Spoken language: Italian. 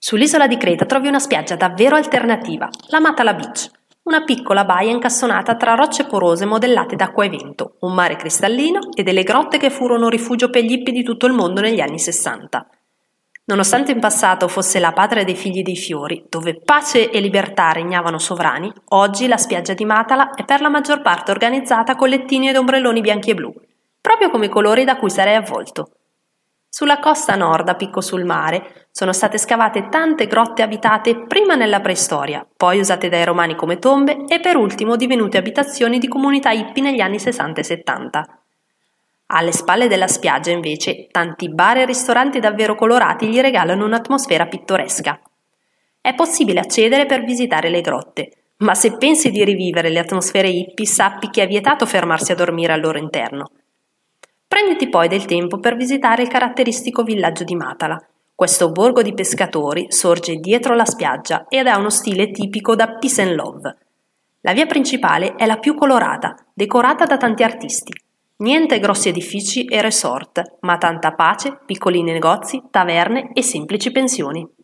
Sull'isola di Creta trovi una spiaggia davvero alternativa, la Matala Beach, una piccola baia incastonata tra rocce porose modellate d'acqua e vento, un mare cristallino e delle grotte che furono rifugio per gli hippie di tutto il mondo negli anni 60. Nonostante in passato fosse la patria dei figli dei fiori, dove pace e libertà regnavano sovrani, oggi la spiaggia di Matala è per la maggior parte organizzata con lettini ed ombrelloni bianchi e blu, proprio come i colori da cui sarei avvolto. Sulla costa nord, a picco sul mare, sono state scavate tante grotte abitate prima nella preistoria, poi usate dai romani come tombe e per ultimo divenute abitazioni di comunità hippie negli anni 60 e 70. Alle spalle della spiaggia, invece, tanti bar e ristoranti davvero colorati gli regalano un'atmosfera pittoresca. È possibile accedere per visitare le grotte, ma se pensi di rivivere le atmosfere hippie, sappi che è vietato fermarsi a dormire al loro interno. Prenditi poi del tempo per visitare il caratteristico villaggio di Matala. Questo borgo di pescatori sorge dietro la spiaggia ed ha uno stile tipico da peace and love. La via principale è la più colorata, decorata da tanti artisti. Niente grossi edifici e resort, ma tanta pace, piccoli negozi, taverne e semplici pensioni.